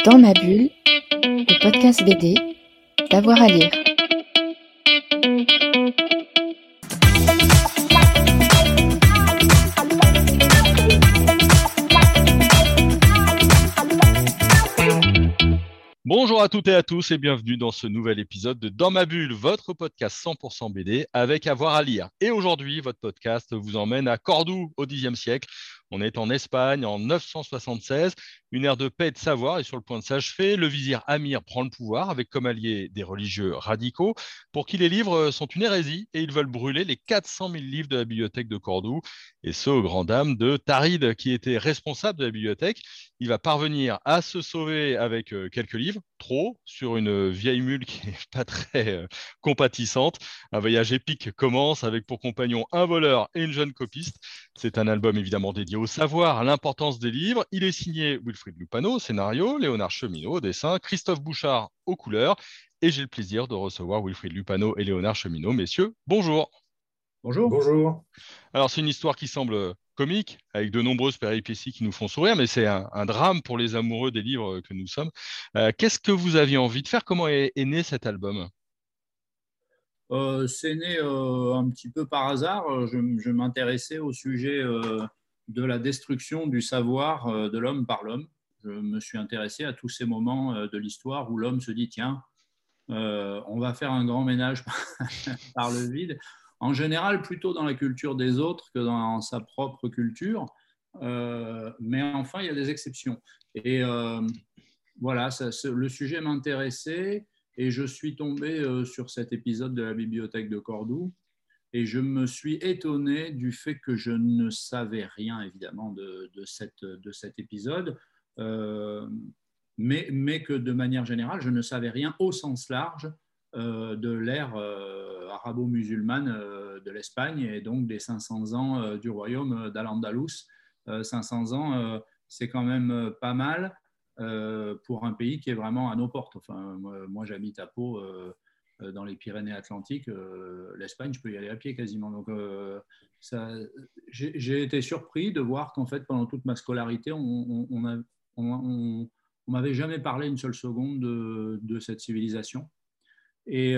Dans ma bulle, le podcast BD, d'avoir à lire. Bonjour à toutes et à tous et bienvenue dans ce nouvel épisode de Dans ma bulle, votre podcast 100% BD avec avoir à lire. Et aujourd'hui, votre podcast vous emmène à Cordoue au Xe siècle. On est en Espagne en 976, une ère de paix et de savoir est sur le point de s'achever. Le vizir Amir prend le pouvoir avec comme alliés des religieux radicaux pour qui les livres sont une hérésie et ils veulent brûler les 400 000 livres de la bibliothèque de Cordoue. Et ce, aux grandes dames de Tarid qui était responsable de la bibliothèque. Il va parvenir à se sauver avec quelques livres, trop, sur une vieille mule qui n'est pas très compatissante. Un voyage épique commence avec pour compagnon un voleur et une jeune copiste. C'est un album évidemment dédié au savoir, à l'importance des livres. Il est signé Wilfrid Lupano, scénario, Léonard Cheminot, dessin, Christophe Bouchard aux couleurs. Et j'ai le plaisir de recevoir Wilfrid Lupano et Léonard Cheminot. Messieurs, bonjour. Bonjour. Bonjour. Alors, c'est une histoire qui semble comique, avec de nombreuses péripéties qui nous font sourire, mais c'est un drame pour les amoureux des livres que nous sommes. Qu'est-ce que vous aviez envie de faire? Comment est né cet album? C'est né un petit peu par hasard. Je m'intéressais au sujet de la destruction du savoir de l'homme par l'homme. Je me suis intéressé à tous ces moments de l'histoire où l'homme se dit tiens, on va faire un grand ménage par le vide. En général, plutôt dans la culture des autres que dans sa propre culture. Mais enfin, il y a des exceptions. Et voilà, le sujet m'intéressait. Et je suis tombé sur cet épisode de la bibliothèque de Cordoue et je me suis étonné du fait que je ne savais rien, évidemment, de cet épisode, mais que de manière générale, je ne savais rien au sens large de l'ère arabo-musulmane de l'Espagne et donc des 500 ans du royaume d'Al-Andalus. 500 ans, c'est quand même pas mal. Pour un pays qui est vraiment à nos portes. Enfin, moi j'habite à Pau, dans les Pyrénées-Atlantiques. L'Espagne, je peux y aller à pied quasiment. Donc, j'ai été surpris de voir qu'en fait, pendant toute ma scolarité, on m'avait jamais parlé une seule seconde de cette civilisation. Et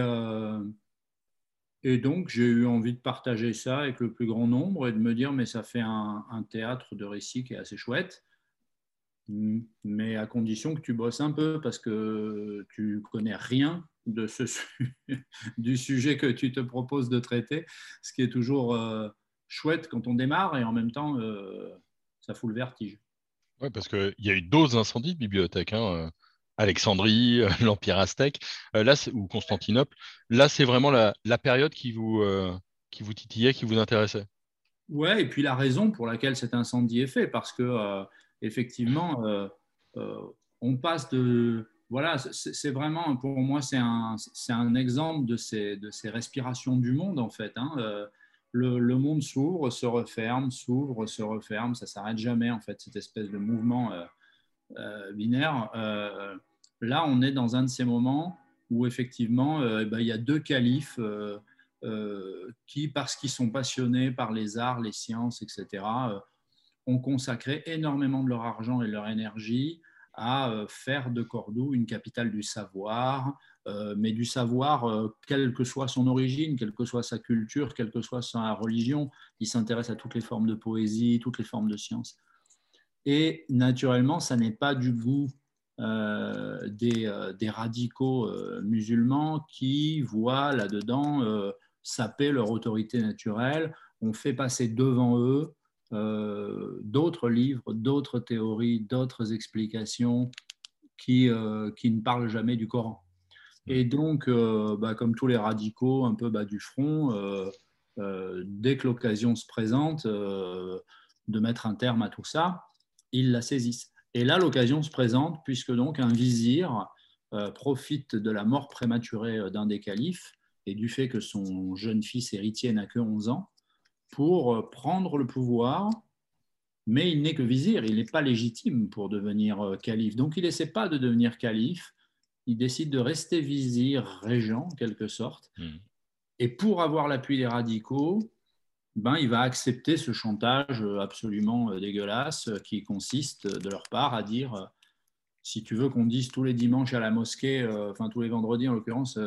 donc, j'ai eu envie de partager ça avec le plus grand nombre et de me dire, mais ça fait un théâtre de récit qui est assez chouette. Mais à condition que tu bosses un peu parce que tu connais rien de du sujet que tu te proposes de traiter, ce qui est toujours chouette quand on démarre et en même temps ça fout le vertige. Oui, parce qu'il y a eu d'autres incendies de bibliothèques, hein, Alexandrie, l'Empire aztèque, ou Constantinople. Là, c'est vraiment la période qui vous titillait, qui vous intéressait. Ouais, et puis la raison pour laquelle cet incendie est fait, parce que effectivement, on passe de... Voilà, c'est vraiment, pour moi, c'est un exemple de ces respirations du monde, en fait. Hein. Le monde s'ouvre, se referme, s'ouvre, se referme, ça ne s'arrête jamais, en fait, cette espèce de mouvement binaire. Là, on est dans un de ces moments où, effectivement, il y a deux califes qui, parce qu'ils sont passionnés par les arts, les sciences, etc., ont consacré énormément de leur argent et de leur énergie à faire de Cordoue une capitale du savoir, mais du savoir, quelle que soit son origine, quelle que soit sa culture, quelle que soit sa religion. Ils s'intéressent à toutes les formes de poésie, toutes les formes de science. Et naturellement, ça n'est pas du goût des radicaux musulmans qui voient là-dedans saper leur autorité naturelle. On fait passer devant eux d'autres livres, d'autres théories, d'autres explications qui ne parlent jamais du Coran. Et donc, comme tous les radicaux un peu bas du front, dès que l'occasion se présente de mettre un terme à tout ça, ils la saisissent. Et là, l'occasion se présente puisque donc un vizir profite de la mort prématurée d'un des califes et du fait que son jeune fils héritier n'a que 11 ans pour prendre le pouvoir, mais il n'est que vizir, il n'est pas légitime pour devenir calife. Donc il n'essaie pas de devenir calife, il décide de rester vizir, régent en quelque sorte, et pour avoir l'appui des radicaux, il va accepter ce chantage absolument dégueulasse qui consiste de leur part à dire si tu veux qu'on dise tous les dimanches à la mosquée, enfin tous les vendredis en l'occurrence,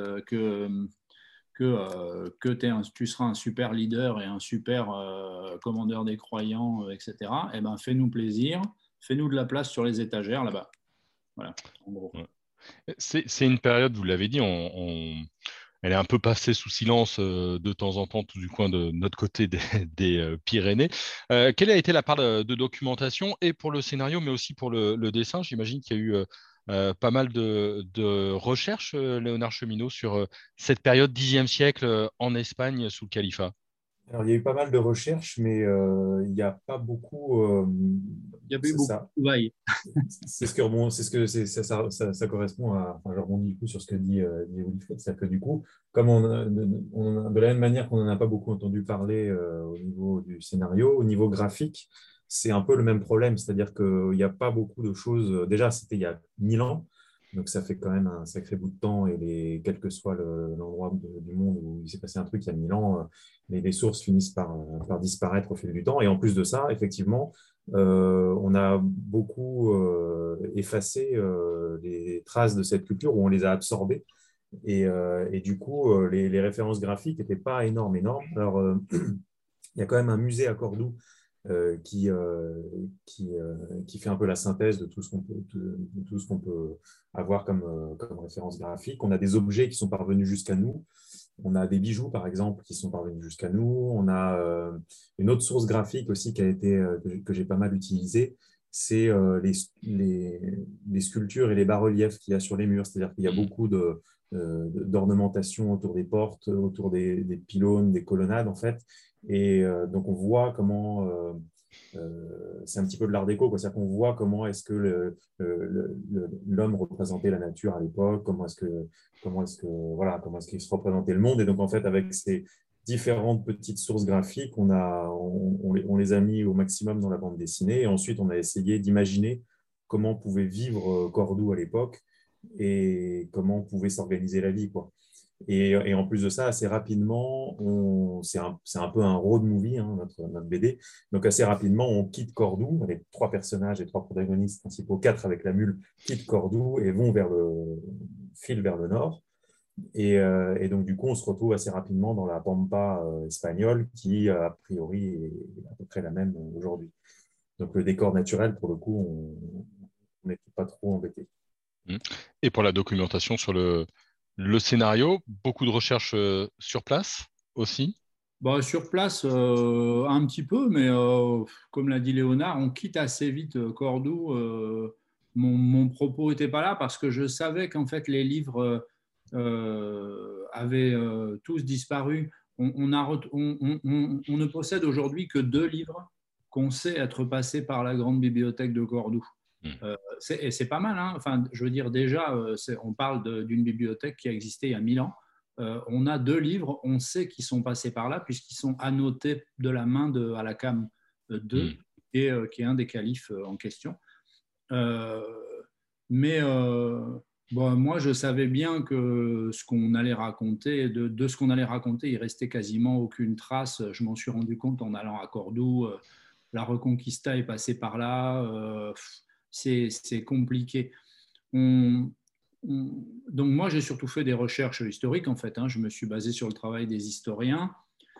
tu seras un super leader et un super commandeur des croyants, etc., eh ben, fais-nous plaisir, fais-nous de la place sur les étagères là-bas. Voilà, en gros. Ouais. C'est une période, vous l'avez dit, elle est un peu passée sous silence de temps en temps, tout du coin de notre côté des Pyrénées. Quelle a été la part de documentation et pour le scénario, mais aussi pour le dessin? J'imagine qu'il y a eu pas mal de recherches, Léonard Cheminot, sur cette période 10e siècle en Espagne sous le califat. Alors, il y a eu pas mal de recherches, mais il n'y a pas beaucoup. Il y avait eu C'est beaucoup ça. de trouvailles. C'est ce que c'est ce que ça correspond à. Enfin, je rebondis du coup sur ce que dit Wilfried, c'est-à-dire que du coup, comme de la même manière qu'on n'en a pas beaucoup entendu parler au niveau du scénario, au niveau graphique, c'est un peu le même problème, c'est-à-dire qu'il n'y a pas beaucoup de choses. Déjà, c'était il y a 1000 ans, donc ça fait quand même un sacré bout de temps, et quel que soit l'endroit du monde où il s'est passé un truc il y a 1000 ans, les sources finissent par disparaître au fil du temps. Et en plus de ça, effectivement, on a beaucoup effacé les traces de cette culture, où on les a absorbées. Et du coup, les références graphiques n'étaient pas énormes. Alors, il y a quand même un musée à Cordoue qui fait un peu la synthèse de tout ce qu'on peut avoir comme référence graphique. On a des objets qui sont parvenus jusqu'à nous. On a des bijoux, par exemple, qui sont parvenus jusqu'à nous. On a une autre source graphique aussi que j'ai pas mal utilisée, c'est les sculptures et les bas-reliefs qu'il y a sur les murs. C'est-à-dire qu'il y a beaucoup d'ornementation autour des portes, autour des pylônes, des colonnades, en fait. Et donc, on voit comment c'est un petit peu de l'art déco, quoi. C'est-à-dire qu'on voit comment est-ce que l'homme représentait la nature à l'époque, comment est-ce qu'il se représentait le monde. Et donc, en fait, avec ces différentes petites sources graphiques, on les a mis au maximum dans la bande dessinée. Et ensuite, on a essayé d'imaginer comment pouvait vivre Cordoue à l'époque et comment pouvait s'organiser la vie, quoi. Et en plus de ça, assez rapidement, c'est un peu un road movie, hein, notre BD. Donc assez rapidement, on quitte Cordoue, les 3 personnages et 3 protagonistes principaux, 4 avec la mule, quittent Cordoue et filent vers le nord. Et donc du coup, on se retrouve assez rapidement dans la pampa espagnole qui, a priori, est à peu près la même aujourd'hui. Donc le décor naturel, pour le coup, on n'est pas trop embêté. Et pour la documentation sur le scénario, beaucoup de recherches sur place aussi. Bah, sur place, un petit peu, mais comme l'a dit Léonard, on quitte assez vite Cordoue. Mon propos n'était pas là parce que je savais qu'en fait les livres avaient tous disparu. On ne possède aujourd'hui que 2 livres qu'on sait être passés par la grande bibliothèque de Cordoue. Et c'est pas mal, hein. Enfin, je veux dire, déjà, on parle d'une bibliothèque qui a existé il y a 1000 ans. On a 2 livres, on sait qu'ils sont passés par là, puisqu'ils sont annotés de la main de Al-Hakam II, qui est un des califes en question. Mais bon, moi, je savais bien que ce qu'on allait raconter, de ce qu'on allait raconter, il restait quasiment aucune trace. Je m'en suis rendu compte en allant à Cordoue. La Reconquista est passée par là. C'est compliqué. Donc moi, j'ai surtout fait des recherches historiques, en fait, hein. Je me suis basé sur le travail des historiens.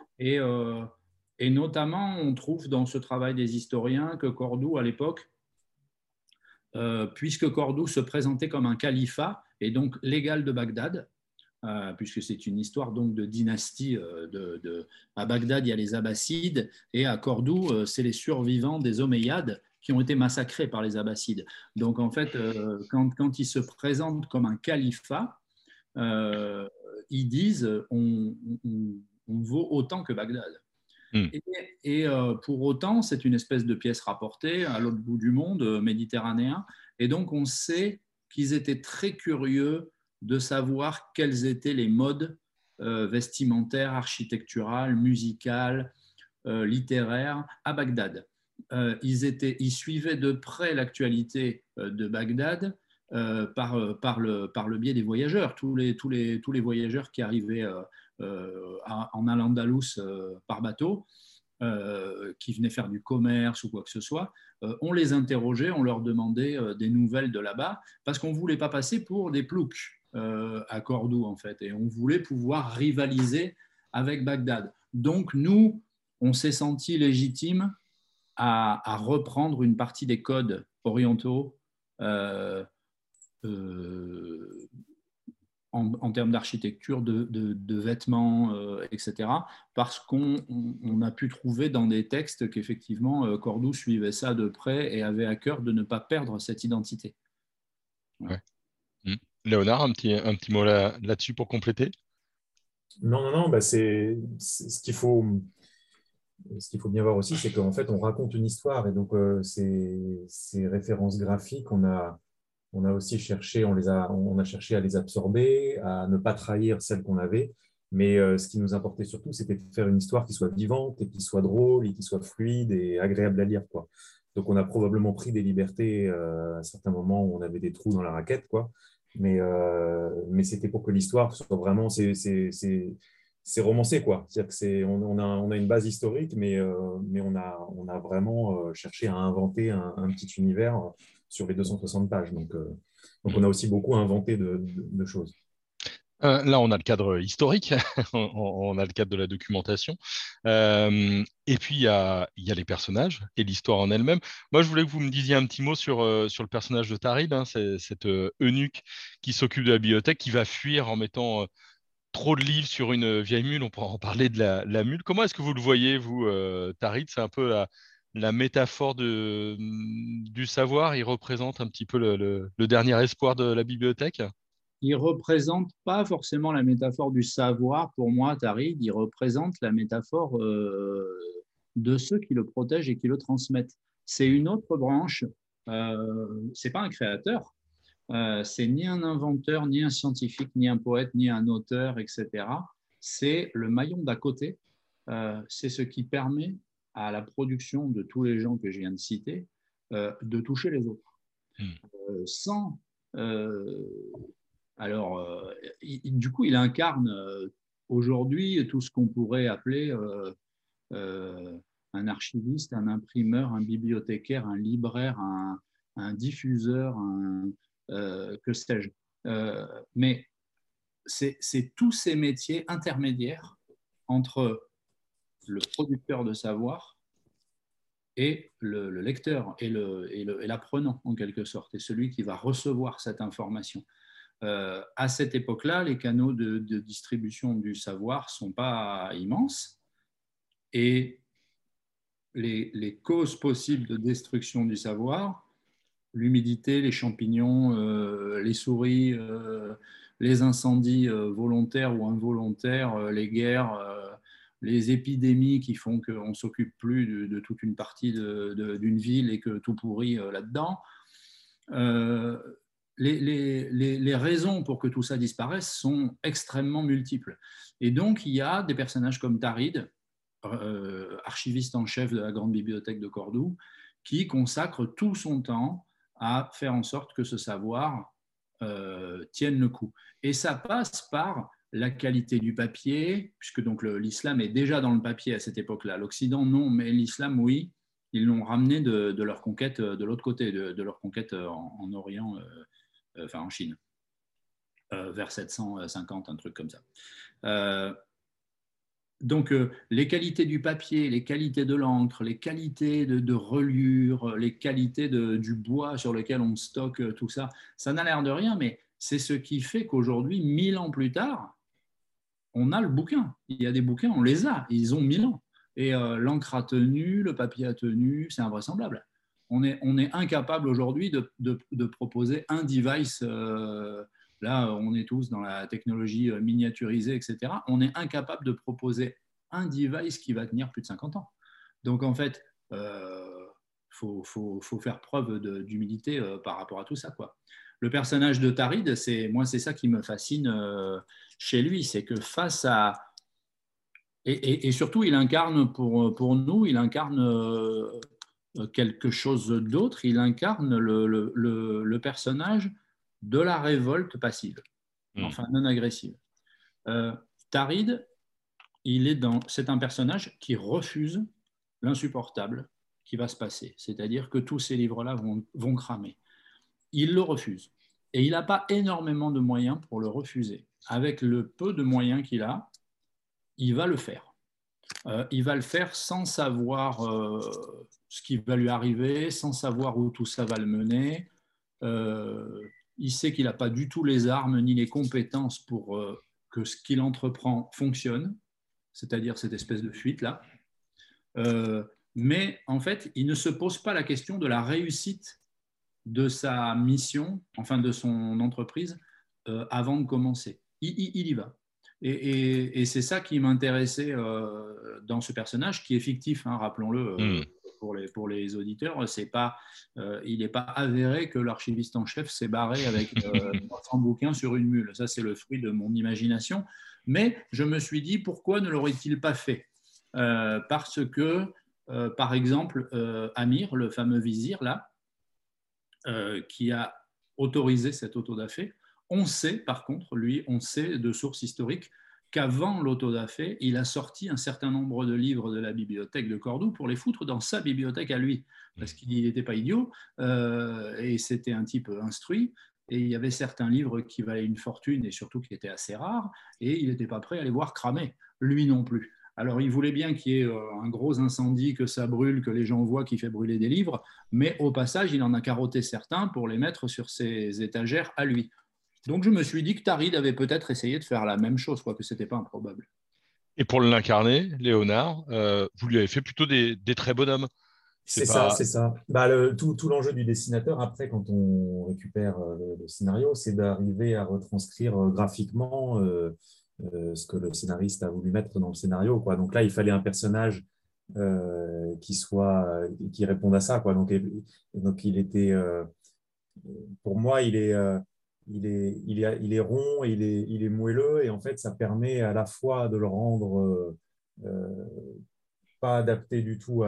Et notamment, on trouve dans ce travail des historiens que Cordoue, à l'époque, puisque Cordoue se présentait comme un califat, et donc l'égal de Bagdad, puisque c'est une histoire donc de dynastie. À Bagdad, il y a les Abbassides, et à Cordoue, c'est les survivants des Omeyyades qui ont été massacrés par les Abbassides. Donc en fait, quand ils se présentent comme un califat, ils disent on vaut autant que Bagdad. Et pour autant, c'est une espèce de pièce rapportée à l'autre bout du monde, méditerranéen. Et donc, on sait qu'ils étaient très curieux de savoir quels étaient les modes vestimentaires, architecturales, musicales, littéraires à Bagdad. Ils suivaient de près l'actualité de Bagdad par le biais des voyageurs. Tous les voyageurs qui arrivaient en Al-Andalus par bateau qui venaient faire du commerce ou quoi que ce soit, on les interrogeait, on leur demandait des nouvelles de là-bas, parce qu'on ne voulait pas passer pour des ploucs à Cordoue, en fait, et on voulait pouvoir rivaliser avec Bagdad. Donc, nous, on s'est senti légitime à reprendre une partie des codes orientaux euh, en termes d'architecture, de vêtements, etc. Parce qu'on a pu trouver dans des textes qu'effectivement, Cordoue suivait ça de près et avait à cœur de ne pas perdre cette identité. Ouais. Léonard, un petit mot là-dessus pour compléter? Non, bah c'est ce qu'il faut bien voir aussi, c'est qu'en fait, on raconte une histoire et donc ces références graphiques, on a aussi cherché, on a cherché à les absorber, à ne pas trahir celles qu'on avait. Mais ce qui nous importait surtout, c'était de faire une histoire qui soit vivante et qui soit drôle et qui soit fluide et agréable à lire, quoi. Donc, on a probablement pris des libertés à certains moments où on avait des trous dans la raquette, quoi. Mais c'était pour que l'histoire soit vraiment, c'est romancé, quoi. C'est-à-dire que on a une base historique, mais on a vraiment cherché à inventer un petit univers sur les 260 pages. Donc on a aussi beaucoup inventé de choses. Là, on a le cadre historique, on a le cadre de la documentation. Et puis, il y a les personnages et l'histoire en elle-même. Moi, je voulais que vous me disiez un petit mot sur le personnage de Tarid, hein, c'est cet eunuque qui s'occupe de la bibliothèque, qui va fuir en mettant trop de livres sur une vieille mule. On pourra en parler de la mule. Comment est-ce que vous le voyez, vous, Tarid? C'est un peu la métaphore du savoir. Il représente un petit peu le dernier espoir de la bibliothèque. Il ne représente pas forcément la métaphore du savoir, pour moi, Tarid, il représente la métaphore de ceux qui le protègent et qui le transmettent. C'est une autre branche, ce n'est pas un créateur, c'est ni un inventeur, ni un scientifique, ni un poète, ni un auteur, etc. C'est le maillon d'à côté, c'est ce qui permet à la production de tous les gens que je viens de citer de toucher les autres. Sans alors, du coup, il incarne aujourd'hui tout ce qu'on pourrait appeler un archiviste, un imprimeur, un bibliothécaire, un libraire, un diffuseur, que sais-je. Mais c'est tous ces métiers intermédiaires entre le producteur de savoir et le lecteur et l'apprenant, en quelque sorte, et celui qui va recevoir cette information. À cette époque-là, les canaux de distribution du savoir ne sont pas immenses et les causes possibles de destruction du savoir, l'humidité, les champignons, les souris, les incendies volontaires ou involontaires, les guerres, les épidémies qui font qu'on ne s'occupe plus de toute une partie d'une ville et que tout pourrit là-dedans. Les raisons pour que tout ça disparaisse sont extrêmement multiples. Et donc, il y a des personnages comme Tarid, archiviste en chef de la Grande Bibliothèque de Cordoue, qui consacre tout son temps à faire en sorte que ce savoir tienne le coup. Et ça passe par la qualité du papier, puisque donc l'islam est déjà dans le papier à cette époque-là. L'Occident, non, mais l'islam, oui. Ils l'ont ramené de leur conquête de l'autre côté, de leur conquête en Orient, enfin en Chine, vers 750, un truc comme ça. Donc, les qualités du papier, les qualités de l'encre, les qualités de reliure, les qualités du bois sur lequel on stocke tout ça, ça n'a l'air de rien, mais c'est ce qui fait qu'aujourd'hui, 1000 ans plus tard, on a le bouquin. Il y a des bouquins, on les a, ils ont 1000 ans. Et l'encre a tenu, le papier a tenu, c'est invraisemblable. On est incapable aujourd'hui de proposer un device. Là, on est tous dans la technologie miniaturisée, etc. On est incapable de proposer un device qui va tenir plus de 50 ans. Donc, en fait, faut faire preuve d'humilité par rapport à tout ça, quoi. Le personnage de Tarid, c'est ça qui me fascine chez lui, c'est que face à... Et surtout, il incarne pour nous, il incarne quelque chose d'autre, il incarne le personnage de la révolte passive, enfin non agressive. Tarid, c'est un personnage qui refuse l'insupportable qui va se passer, c'est-à-dire que tous ces livres-là vont cramer. Il le refuse. Et il n'a pas énormément de moyens pour le refuser. Avec le peu de moyens qu'il a, il va le faire. Il va le faire sans savoir ce qui va lui arriver, sans savoir où tout ça va le mener. Il sait qu'il n'a pas du tout les armes ni les compétences pour que ce qu'il entreprend fonctionne, c'est-à-dire cette espèce de fuite-là. Mais en fait, il ne se pose pas la question de la réussite de sa mission, enfin de son entreprise, avant de commencer. Il y va. Et c'est ça qui m'intéressait dans ce personnage, qui est fictif, hein, rappelons-le, pour les auditeurs. Il n'est pas avéré que l'archiviste en chef s'est barré avec 300 bouquins sur une mule. Ça, c'est le fruit de mon imagination. Mais je me suis dit, pourquoi ne l'aurait-il pas fait parce que, par exemple, Amir, le fameux vizir, là, qui a autorisé cette autodafé, on sait, par contre, lui, on sait de sources historiques qu'avant l'autodafé, il a sorti un certain nombre de livres de la bibliothèque de Cordoue pour les foutre dans sa bibliothèque à lui, parce qu'il n'était pas idiot, et c'était un type instruit, et il y avait certains livres qui valaient une fortune, et surtout qui étaient assez rares, et il n'était pas prêt à les voir cramer, lui non plus. Alors, il voulait bien qu'il y ait un gros incendie, que ça brûle, que les gens voient qu'il fait brûler des livres, mais au passage, il en a carotté certains pour les mettre sur ses étagères à lui. Donc, je me suis dit que Tarid avait peut-être essayé de faire la même chose, quoique ce n'était pas improbable. Et pour l'incarner, Léonard, vous lui avez fait plutôt des très bonhommes. C'est ça, c'est ça. Bah, tout l'enjeu du dessinateur, après, quand on récupère le scénario, c'est d'arriver à retranscrire graphiquement ce que le scénariste a voulu mettre dans le scénario, quoi. Donc là, il fallait un personnage qui réponde à ça, quoi. Donc il était, pour moi, il est rond, il est moelleux, et en fait, ça permet à la fois de le rendre pas adapté du tout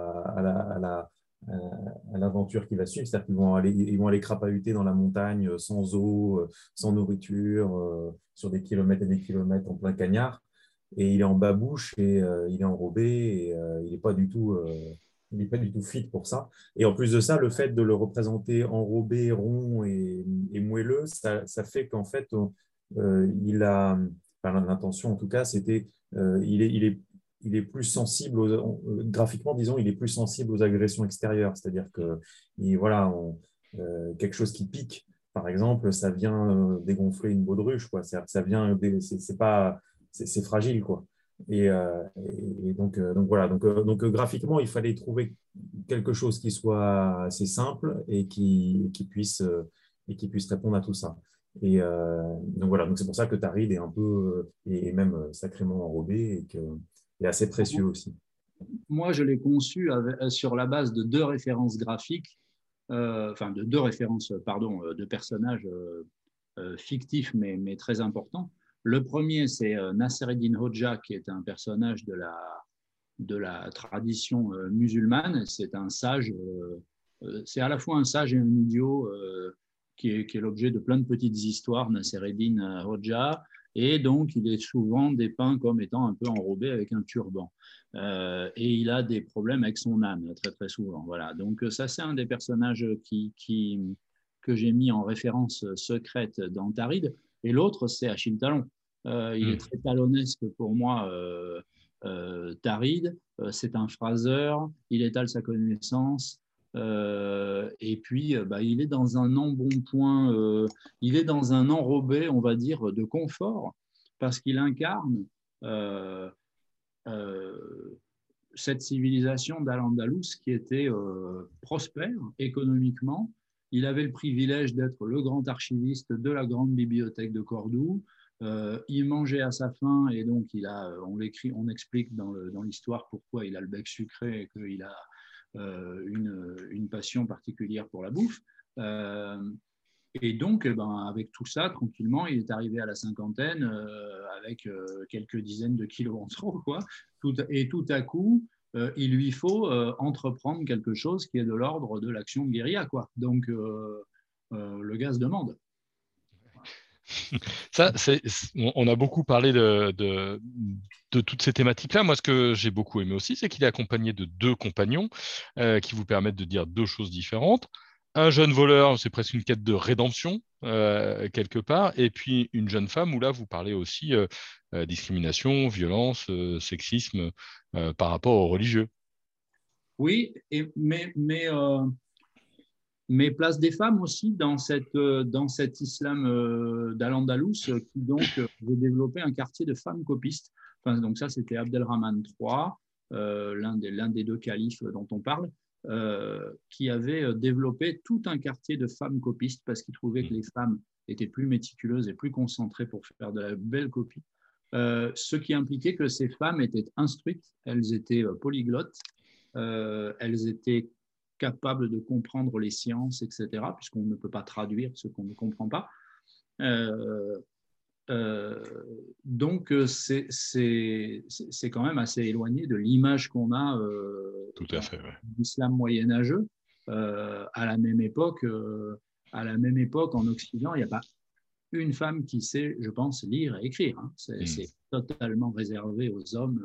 à l'aventure qui va suivre. C'est-à-dire qu'ils vont aller crapahuter dans la montagne sans eau, sans nourriture, sur des kilomètres et des kilomètres en plein cagnard. Et il est en babouche et il est enrobé et il n'est pas du tout. Il n'est pas du tout fit pour ça. Et en plus de ça, le fait de le représenter enrobé, rond et moelleux, ça fait qu'en fait, il a, enfin, l'intention en tout cas, c'était, il est plus sensible, graphiquement, disons, il est plus sensible aux agressions extérieures. C'est-à-dire que, voilà, quelque chose qui pique, par exemple, ça vient dégonfler une baudruche, quoi. Ça vient, c'est fragile, quoi. Et donc voilà. Donc graphiquement, il fallait trouver quelque chose qui soit assez simple et qui puisse répondre à tout ça. Donc voilà. Donc c'est pour ça que Tarid est un peu et même sacrément enrobé et que est assez précieux aussi. Moi, je l'ai conçu sur la base de deux références graphiques, de deux références, de personnages fictifs mais très importants. Le premier, c'est Nasreddin Hoxha, qui est un personnage de la tradition musulmane. C'est un sage, c'est à la fois un sage et un idiot qui est l'objet de plein de petites histoires, Nasreddin Hoxha. Et donc, il est souvent dépeint comme étant un peu enrobé avec un turban. Et il a des problèmes avec son âme, très, très souvent. Voilà. Donc, ça, c'est un des personnages que j'ai mis en référence secrète dans Tarid. Et l'autre, c'est Achille Talon. Il est très talonesque pour moi, Tarid. C'est un phraseur, il étale sa connaissance. Et puis, il est dans un embonpoint, il est dans un enrobé, on va dire, de confort, parce qu'il incarne cette civilisation d'Al-Andalus qui était prospère économiquement. Il avait le privilège d'être le grand archiviste de la grande bibliothèque de Cordoue. Il mangeait à sa faim et donc on explique dans l'histoire pourquoi il a le bec sucré et qu'il a une passion particulière pour la bouffe. Et donc, avec tout ça, tranquillement, il est arrivé à la cinquantaine avec quelques dizaines de kilos en trop, quoi. Et tout à coup, il lui faut entreprendre quelque chose qui est de l'ordre de l'action de guérilla, quoi. Donc, le gars se demande. Ça, on a beaucoup parlé de toutes ces thématiques-là. Moi, ce que j'ai beaucoup aimé aussi, c'est qu'il est accompagné de deux compagnons qui vous permettent de dire deux choses différentes. Un jeune voleur, c'est presque une quête de rédemption, quelque part. Et puis une jeune femme, où là, vous parlez aussi discrimination, violence, sexisme par rapport aux religieux. Oui, mais place des femmes aussi dans cet islam d'Al-Andalus qui donc veut développer un quartier de femmes copistes. Enfin, donc ça, c'était Abdelrahman III, l'un des deux califes dont on parle, qui avait développé tout un quartier de femmes copistes parce qu'il trouvait que les femmes étaient plus méticuleuses et plus concentrées pour faire de la belle copie. Ce qui impliquait que ces femmes étaient instruites, elles étaient polyglottes, elles étaient capables de comprendre les sciences, etc., puisqu'on ne peut pas traduire ce qu'on ne comprend pas. Donc, c'est quand même assez éloigné de l'image qu'on a Tout à fait, ouais. d'islam moyenâgeux. À la même époque, en Occident, il n'y a pas une femme qui sait, je pense, lire et écrire. Hein. C'est totalement réservé aux hommes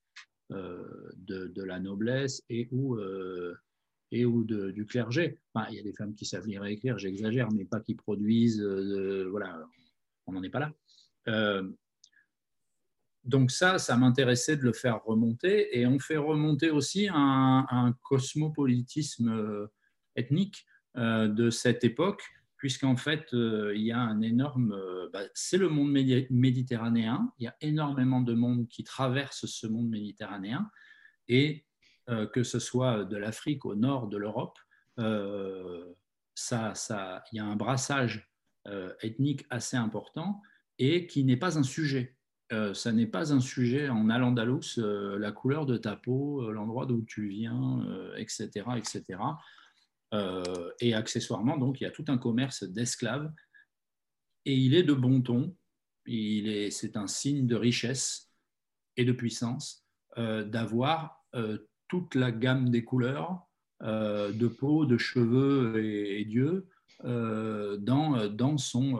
de la noblesse et ou du clergé. Enfin, il y a des femmes qui savent lire et écrire, j'exagère, mais pas qui produisent. Voilà, on n'en est pas là. Donc ça m'intéressait de le faire remonter. Et on fait remonter aussi un cosmopolitisme ethnique de cette époque, puisqu'en fait, il y a un énorme... c'est le monde méditerranéen. Il y a énormément de monde qui traverse ce monde méditerranéen. Et que ce soit de l'Afrique au nord de l'Europe, il y a un brassage ethnique assez important et qui n'est pas un sujet. Ça n'est pas un sujet en Al-Andalus, la couleur de ta peau, l'endroit d'où tu viens, etc. etc. Et accessoirement, donc, il y a tout un commerce d'esclaves et il est de bon ton. C'est un signe de richesse et de puissance d'avoir toute la gamme des couleurs de peau, de cheveux et d'yeux dans son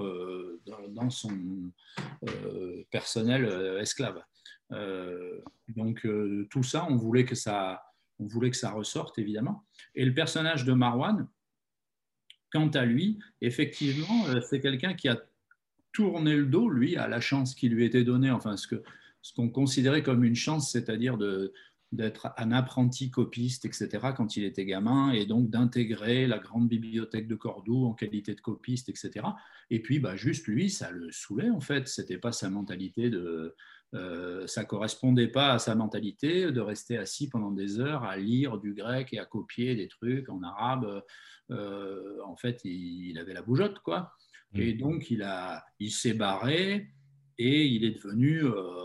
personnel esclave. Donc tout ça, on voulait que ça ressorte évidemment. Et le personnage de Marwan, quant à lui, effectivement, c'est quelqu'un qui a tourné le dos, lui, à la chance qui lui était donnée, enfin ce qu'on considérait comme une chance, c'est-à-dire d'être un apprenti copiste, etc., quand il était gamin, et donc d'intégrer la grande bibliothèque de Cordoue en qualité de copiste, etc. Et puis, juste lui, ça le saoulait, en fait. C'était pas sa mentalité ça correspondait pas à sa mentalité de rester assis pendant des heures à lire du grec et à copier des trucs en arabe. En fait, il avait la bougeotte, quoi. Et donc, il s'est barré et il est devenu...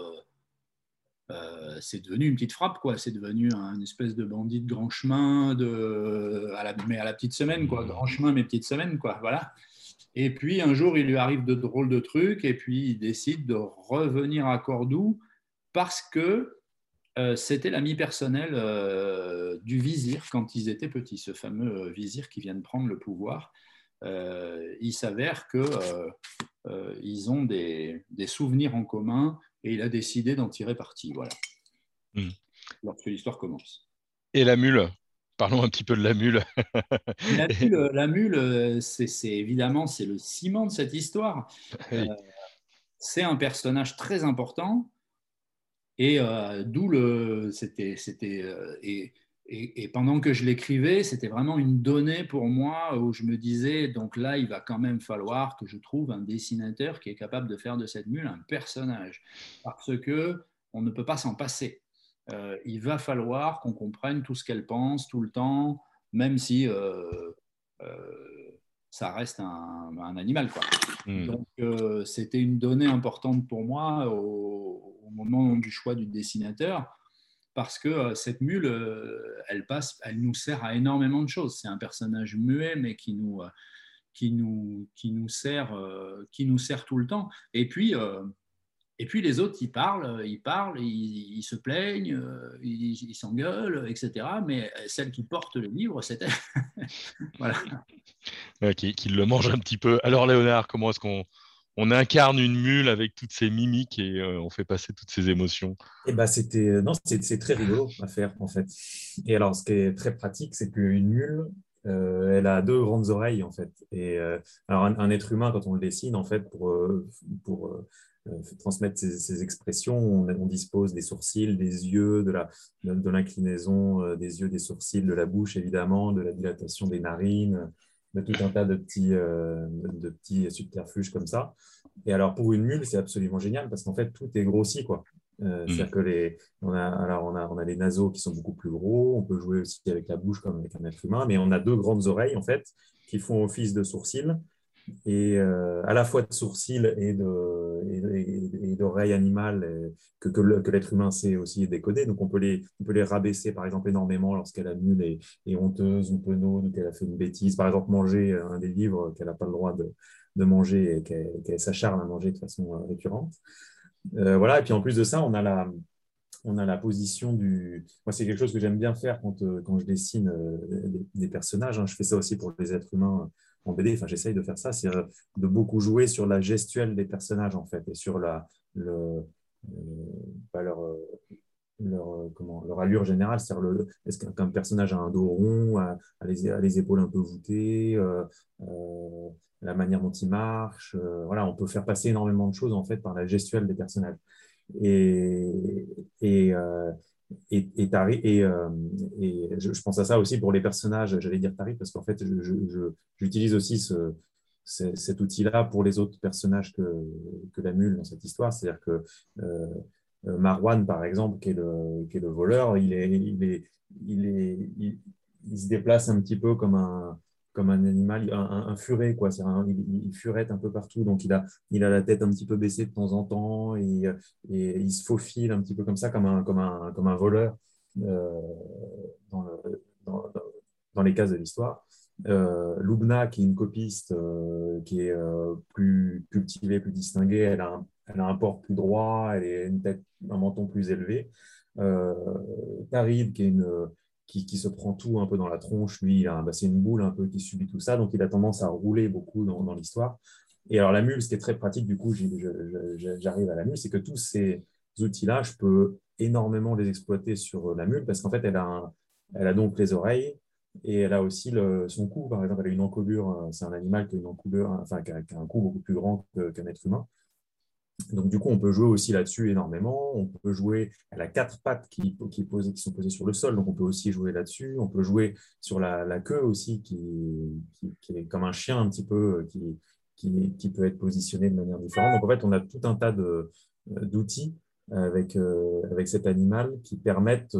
c'est devenu une petite frappe, quoi. C'est devenu un espèce de bandit de grand chemin, mais à la petite semaine, quoi. Grand chemin, mais petite semaine, quoi. Voilà. Et puis, un jour, il lui arrive de drôles de trucs, et puis il décide de revenir à Cordoue parce que c'était l'ami personnel du vizir quand ils étaient petits, ce fameux vizir qui vient de prendre le pouvoir. Il s'avère qu'ils ont des souvenirs en commun et il a décidé d'en tirer parti, voilà, lorsque l'histoire commence. Et la mule, parlons un petit peu de la mule. La mule, c'est évidemment c'est le ciment de cette histoire. Oui. C'est un personnage très important et et pendant que je l'écrivais, c'était vraiment une donnée pour moi où je me disais, donc là, il va quand même falloir que je trouve un dessinateur qui est capable de faire de cette mule un personnage, parce qu'on ne peut pas s'en passer. Il va falloir qu'on comprenne tout ce qu'elle pense tout le temps, même si ça reste un animal, quoi. Donc, c'était une donnée importante pour moi au moment du choix du dessinateur, parce que cette mule, elle nous sert à énormément de choses. C'est un personnage muet, mais qui nous sert tout le temps. Et puis les autres, ils parlent, ils se plaignent, ils s'engueulent, etc. Mais celle qui porte le livre, c'est elle. Voilà. Qui le mange un petit peu. Alors, Léonard, comment est-ce qu'on on incarne une mule avec toutes ses mimiques et on fait passer toutes ses émotions. Et ben non, c'est très rigolo à faire en fait. Et alors, ce qui est très pratique, c'est qu'une mule, elle a deux grandes oreilles en fait. Et alors, un être humain, quand on le dessine, en fait, pour transmettre ses expressions, on dispose des sourcils, des yeux, de l'inclinaison des yeux, des sourcils, de la bouche évidemment, de la dilatation des narines, de tout un tas de petits subterfuges comme ça. Et alors, pour une mule, c'est absolument génial parce qu'en fait, tout est grossi, quoi. Mm. C'est-à-dire que on a les naseaux qui sont beaucoup plus gros, on peut jouer aussi avec la bouche comme avec un être humain, mais on a deux grandes oreilles, en fait, qui font office de sourcils, et à la fois de sourcils et d'oreilles animales que l'être humain sait aussi décoder. Donc, on peut les rabaisser, par exemple, énormément lorsqu'elle a mule est honteuse ou penaude, ou qu'elle a fait une bêtise. Par exemple, manger un des livres qu'elle n'a pas le droit de manger et qu'elle s'acharne à manger de façon récurrente. Voilà, et puis en plus de ça, on a la position du. Moi, c'est quelque chose que j'aime bien faire quand je dessine des personnages, hein. Je fais ça aussi pour les êtres humains en BD. Enfin, j'essaye de faire ça, c'est de beaucoup jouer sur la gestuelle des personnages, en fait, et sur pas leur allure générale. C'est-à-dire, est-ce qu'un personnage a un dos rond, a les épaules un peu voûtées, la manière dont il marche. Voilà, on peut faire passer énormément de choses, en fait, par la gestuelle des personnages. Et, et, euh, je pense à ça aussi pour les personnages, j'allais dire tarifs, parce qu'en fait, j'utilise aussi cet outil-là pour les autres personnages que la mule dans cette histoire. C'est-à-dire que euh, Marwan, par exemple, qui est le voleur, il se déplace un petit peu comme un animal, un furet, quoi. Il furette un peu partout, donc il a la tête un petit peu baissée de temps en temps, et il se faufile un petit peu comme ça, comme un voleur euh, dans, dans les cases de l'histoire. Lubna, qui est une copiste, qui est plus cultivée, plus distinguée, elle a un port plus droit, elle a une tête, un menton plus élevé. Euh, Tarid, qui se prend tout un peu dans la tronche, lui, c'est une boule un peu qui subit tout ça, donc il a tendance à rouler beaucoup dans l'histoire. Et alors la mule, ce qui est très pratique, du coup, j'arrive à la mule, c'est que tous ces outils-là, je peux énormément les exploiter sur la mule, parce qu'en fait, elle a donc les oreilles, et elle a aussi son cou, par exemple, elle a une encolure, c'est un animal qui a une encolure, enfin, qui a un cou beaucoup plus grand qu'un être humain. Donc, du coup, on peut jouer aussi là-dessus énormément. On peut jouer, elle a quatre pattes qui sont posées sur le sol, donc on peut aussi jouer là-dessus. On peut jouer sur la queue aussi, qui est comme un chien un petit peu, qui peut être positionné de manière différente. Donc, en fait, on a tout un tas d'outils avec cet animal qui permettent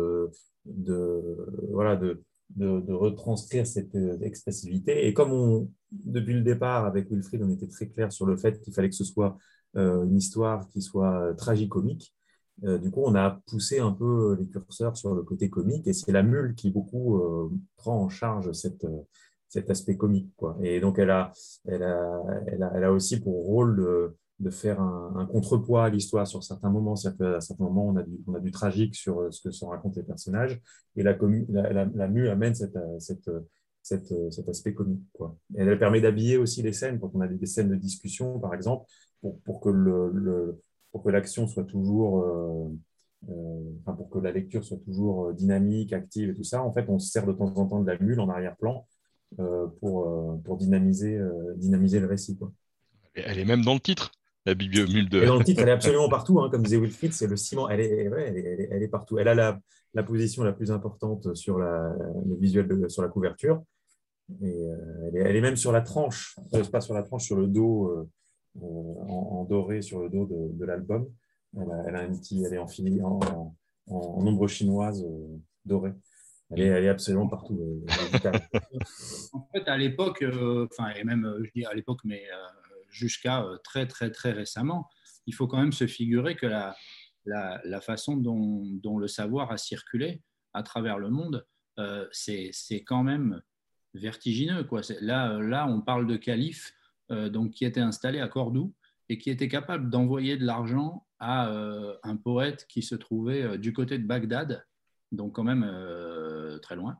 voilà, de retranscrire cette expressivité. Et depuis le départ, avec Wilfried, on était très clair sur le fait qu'il fallait que ce soit une histoire qui soit tragicomique. Du coup, on a poussé un peu les curseurs sur le côté comique, et c'est la mule qui beaucoup prend en charge cet aspect comique, quoi. Et donc, elle a aussi pour rôle de faire un contrepoids à l'histoire sur certains moments. C'est-à-dire qu'à certains moments, on a du tragique sur ce que se racontent les personnages, et la mule amène cet aspect comique, quoi. Et elle permet d'habiller aussi les scènes, quand on a des scènes de discussion, par exemple, pour que pour que l'action soit toujours, enfin, pour que la lecture soit toujours dynamique, active et tout ça. En fait, on se sert de temps en temps de la mule en arrière-plan pour dynamiser le récit, quoi. Elle est même dans le titre, la bibliomule Et de. dans le titre, elle est absolument partout, hein, comme disait Wilfried, c'est le ciment. Elle est partout. Elle a la position la plus importante sur le visuel sur la couverture. Et elle est même sur la tranche, pas sur la tranche, sur le dos, en doré sur le dos de l'album. Elle a elle est en ombre chinoise dorée. Elle est absolument partout. Elle est vitale. En fait, à l'époque, enfin, et même, je dis à l'époque, mais jusqu'à très, très, très récemment, il faut quand même se figurer que la façon dont le savoir a circulé à travers le monde, c'est quand même vertigineux, quoi. Là, on parle de calife donc, qui était installé à Cordoue et qui était capable d'envoyer de l'argent à un poète qui se trouvait du côté de Bagdad, donc quand même très loin,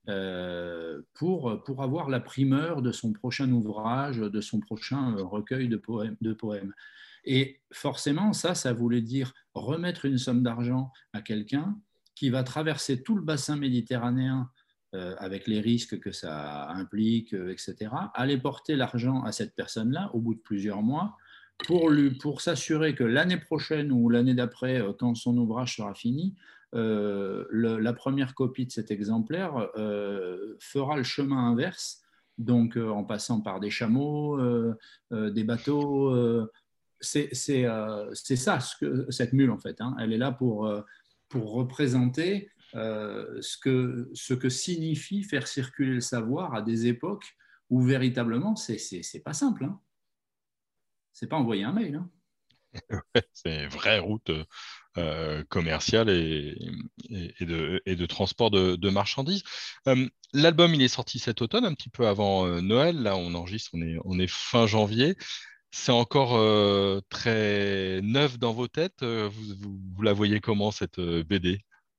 pour avoir la primeur de son prochain ouvrage, de son prochain recueil de poèmes. Et forcément, ça voulait dire remettre une somme d'argent à quelqu'un qui va traverser tout le bassin méditerranéen avec les risques que ça implique, etc., aller porter l'argent à cette personne-là au bout de plusieurs mois pour s'assurer que l'année prochaine ou l'année d'après, quand son ouvrage sera fini, la première copie de cet exemplaire fera le chemin inverse, donc en passant par des chameaux, des bateaux. C'est ça, cette mule, en fait. Hein. Elle est là pour représenter ce que signifie faire circuler le savoir à des époques où véritablement, c'est pas simple. Hein. C'est pas envoyer un mail. Hein. C'est une vraie route commerciale et de transport de marchandises. L'album, il est sorti cet automne, un petit peu avant Noël. Là, on enregistre, on est fin janvier. C'est encore très neuf dans vos têtes. Vous la voyez comment, cette BD?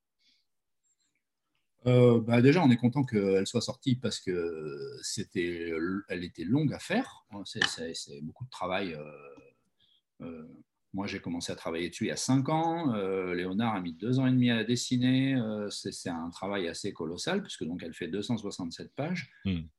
Déjà, on est content qu'elle soit sortie parce que elle était longue à faire. C'est beaucoup de travail. Moi, j'ai commencé à travailler dessus il y a 5 ans. Léonard a mis 2 ans et demi à la dessiner. C'est un travail assez colossal puisque donc elle fait 267 pages.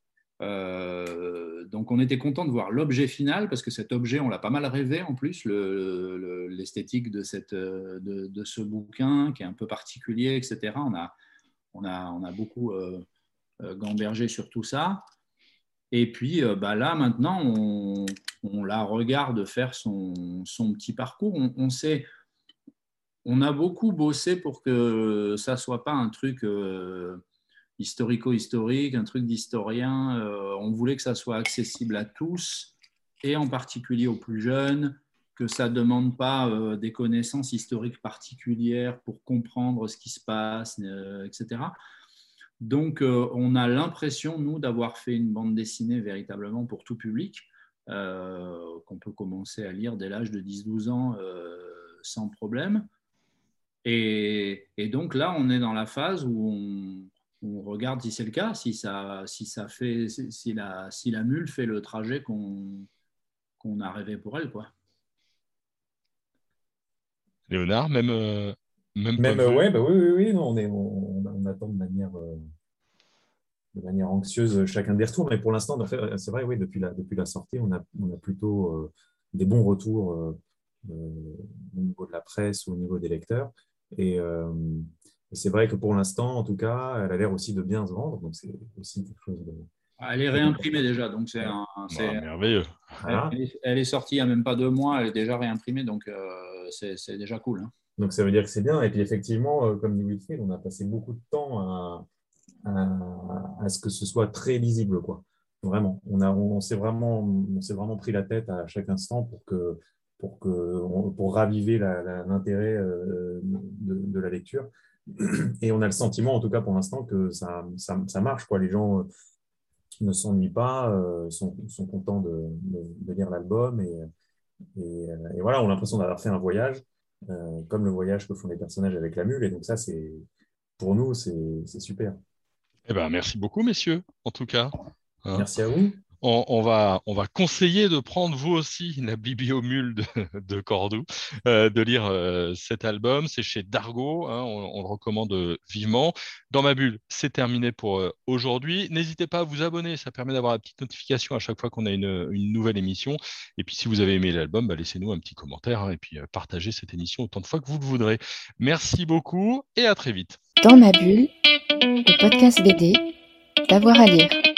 Donc on était content de voir l'objet final parce que cet objet, on l'a pas mal rêvé en plus, l'esthétique de ce bouquin qui est un peu particulier, etc. On a beaucoup gambergé sur tout ça. Et puis là, maintenant, on la regarde faire son petit parcours. On a beaucoup bossé pour que ça ne soit pas un truc historico-historique, un truc d'historien. On voulait que ça soit accessible à tous, et en particulier aux plus jeunes, que ça ne demande pas des connaissances historiques particulières pour comprendre ce qui se passe, etc. Donc, on a l'impression, nous, d'avoir fait une bande dessinée véritablement pour tout public, qu'on peut commencer à lire dès l'âge de 10-12 ans sans problème. Et donc là, on est dans la phase où on regarde si c'est le cas, si la mule fait le trajet qu'on a rêvé pour elle, quoi. Léonard, même point de vue. Ouais, oui, non, on attend de manière anxieuse chacun des retours, mais pour l'instant, en fait, c'est vrai, oui, depuis la sortie, on a plutôt des bons retours au niveau de la presse ou au niveau des lecteurs. Et c'est vrai que pour l'instant, en tout cas, elle a l'air aussi de bien se vendre, donc c'est aussi quelque chose de... Elle est réimprimée déjà, donc c'est merveilleux. Voilà. Elle est sortie il n'y a même pas 2 mois, elle est déjà réimprimée, donc c'est déjà cool. Hein. Donc ça veut dire que c'est bien. Et puis effectivement, comme dit Wilfried, on a passé beaucoup de temps à ce que ce soit très lisible, quoi. Vraiment, on s'est vraiment pris la tête à chaque instant pour raviver l'intérêt de la lecture. Et on a le sentiment, en tout cas pour l'instant, que ça marche, quoi. Les gens ne s'ennuient pas, sont contents de lire l'album et voilà, on a l'impression d'avoir fait un voyage, comme le voyage que font les personnages avec la mule. Et donc ça, pour nous, c'est super. Eh ben, merci beaucoup, messieurs, en tout cas. Merci à vous. On va conseiller de prendre vous aussi la bibliomule de Cordoue, de lire cet album. C'est chez Dargaud, hein, on le recommande vivement. Dans ma bulle, c'est terminé pour aujourd'hui. N'hésitez pas à vous abonner, ça permet d'avoir la petite notification à chaque fois qu'on a une nouvelle émission. Et puis si vous avez aimé l'album, laissez-nous un petit commentaire, hein, et puis partagez cette émission autant de fois que vous le voudrez. Merci beaucoup et à très vite. Dans ma bulle, le podcast BD, d'avoir à lire.